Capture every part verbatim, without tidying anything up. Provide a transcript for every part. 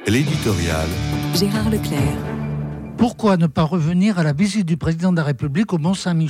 L'éditorial. Gérard Leclerc. Pourquoi ne pas revenir à la visite du président de la République au Mont-Saint-Michel ?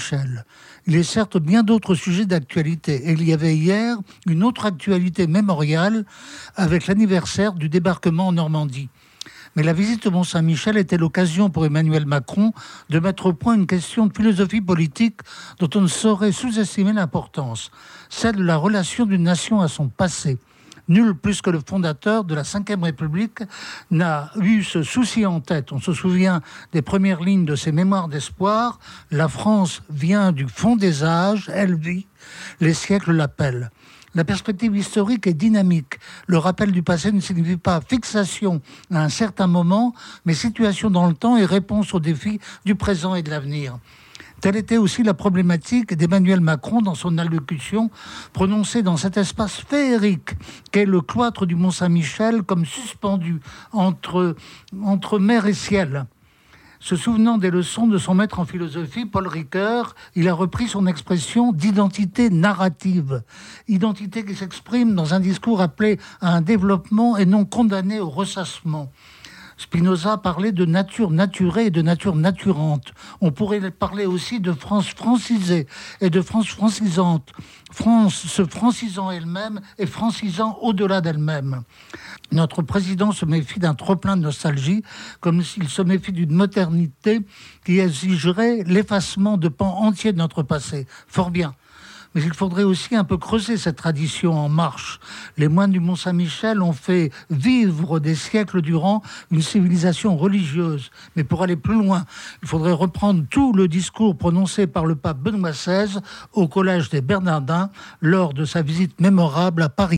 Il est certes bien d'autres sujets d'actualité. Et il y avait hier une autre actualité mémoriale avec l'anniversaire du débarquement en Normandie. Mais la visite au Mont-Saint-Michel était l'occasion pour Emmanuel Macron de mettre au point une question de philosophie politique dont on ne saurait sous-estimer l'importance, celle de la relation d'une nation à son passé. Nul plus que le fondateur de la cinquième République n'a eu ce souci en tête. On se souvient des premières lignes de ses mémoires d'espoir. La France vient du fond des âges, elle vit, les siècles l'appellent. La perspective historique est dynamique. Le rappel du passé ne signifie pas fixation à un certain moment, mais situation dans le temps et réponse aux défis du présent et de l'avenir. Telle était aussi la problématique d'Emmanuel Macron dans son allocution prononcée dans cet espace féerique qu'est le cloître du Mont-Saint-Michel, comme suspendu entre, entre mer et ciel. Se souvenant des leçons de son maître en philosophie, Paul Ricoeur, il a repris son expression d'identité narrative. Identité qui s'exprime dans un discours appelé à un développement et non condamné au ressassement. Spinoza parlait de nature naturée et de nature naturante. On pourrait parler aussi de France francisée et de France francisante. France se francisant elle-même et francisant au-delà d'elle-même. Notre président se méfie d'un trop-plein de nostalgie, comme s'il se méfie d'une modernité qui exigerait l'effacement de pans entiers de notre passé. Fort bien. Mais il faudrait aussi un peu creuser cette tradition en marche. Les moines du Mont-Saint-Michel ont fait vivre des siècles durant une civilisation religieuse. Mais pour aller plus loin, il faudrait reprendre tout le discours prononcé par le pape Benoît seize au collège des Bernardins lors de sa visite mémorable à Paris.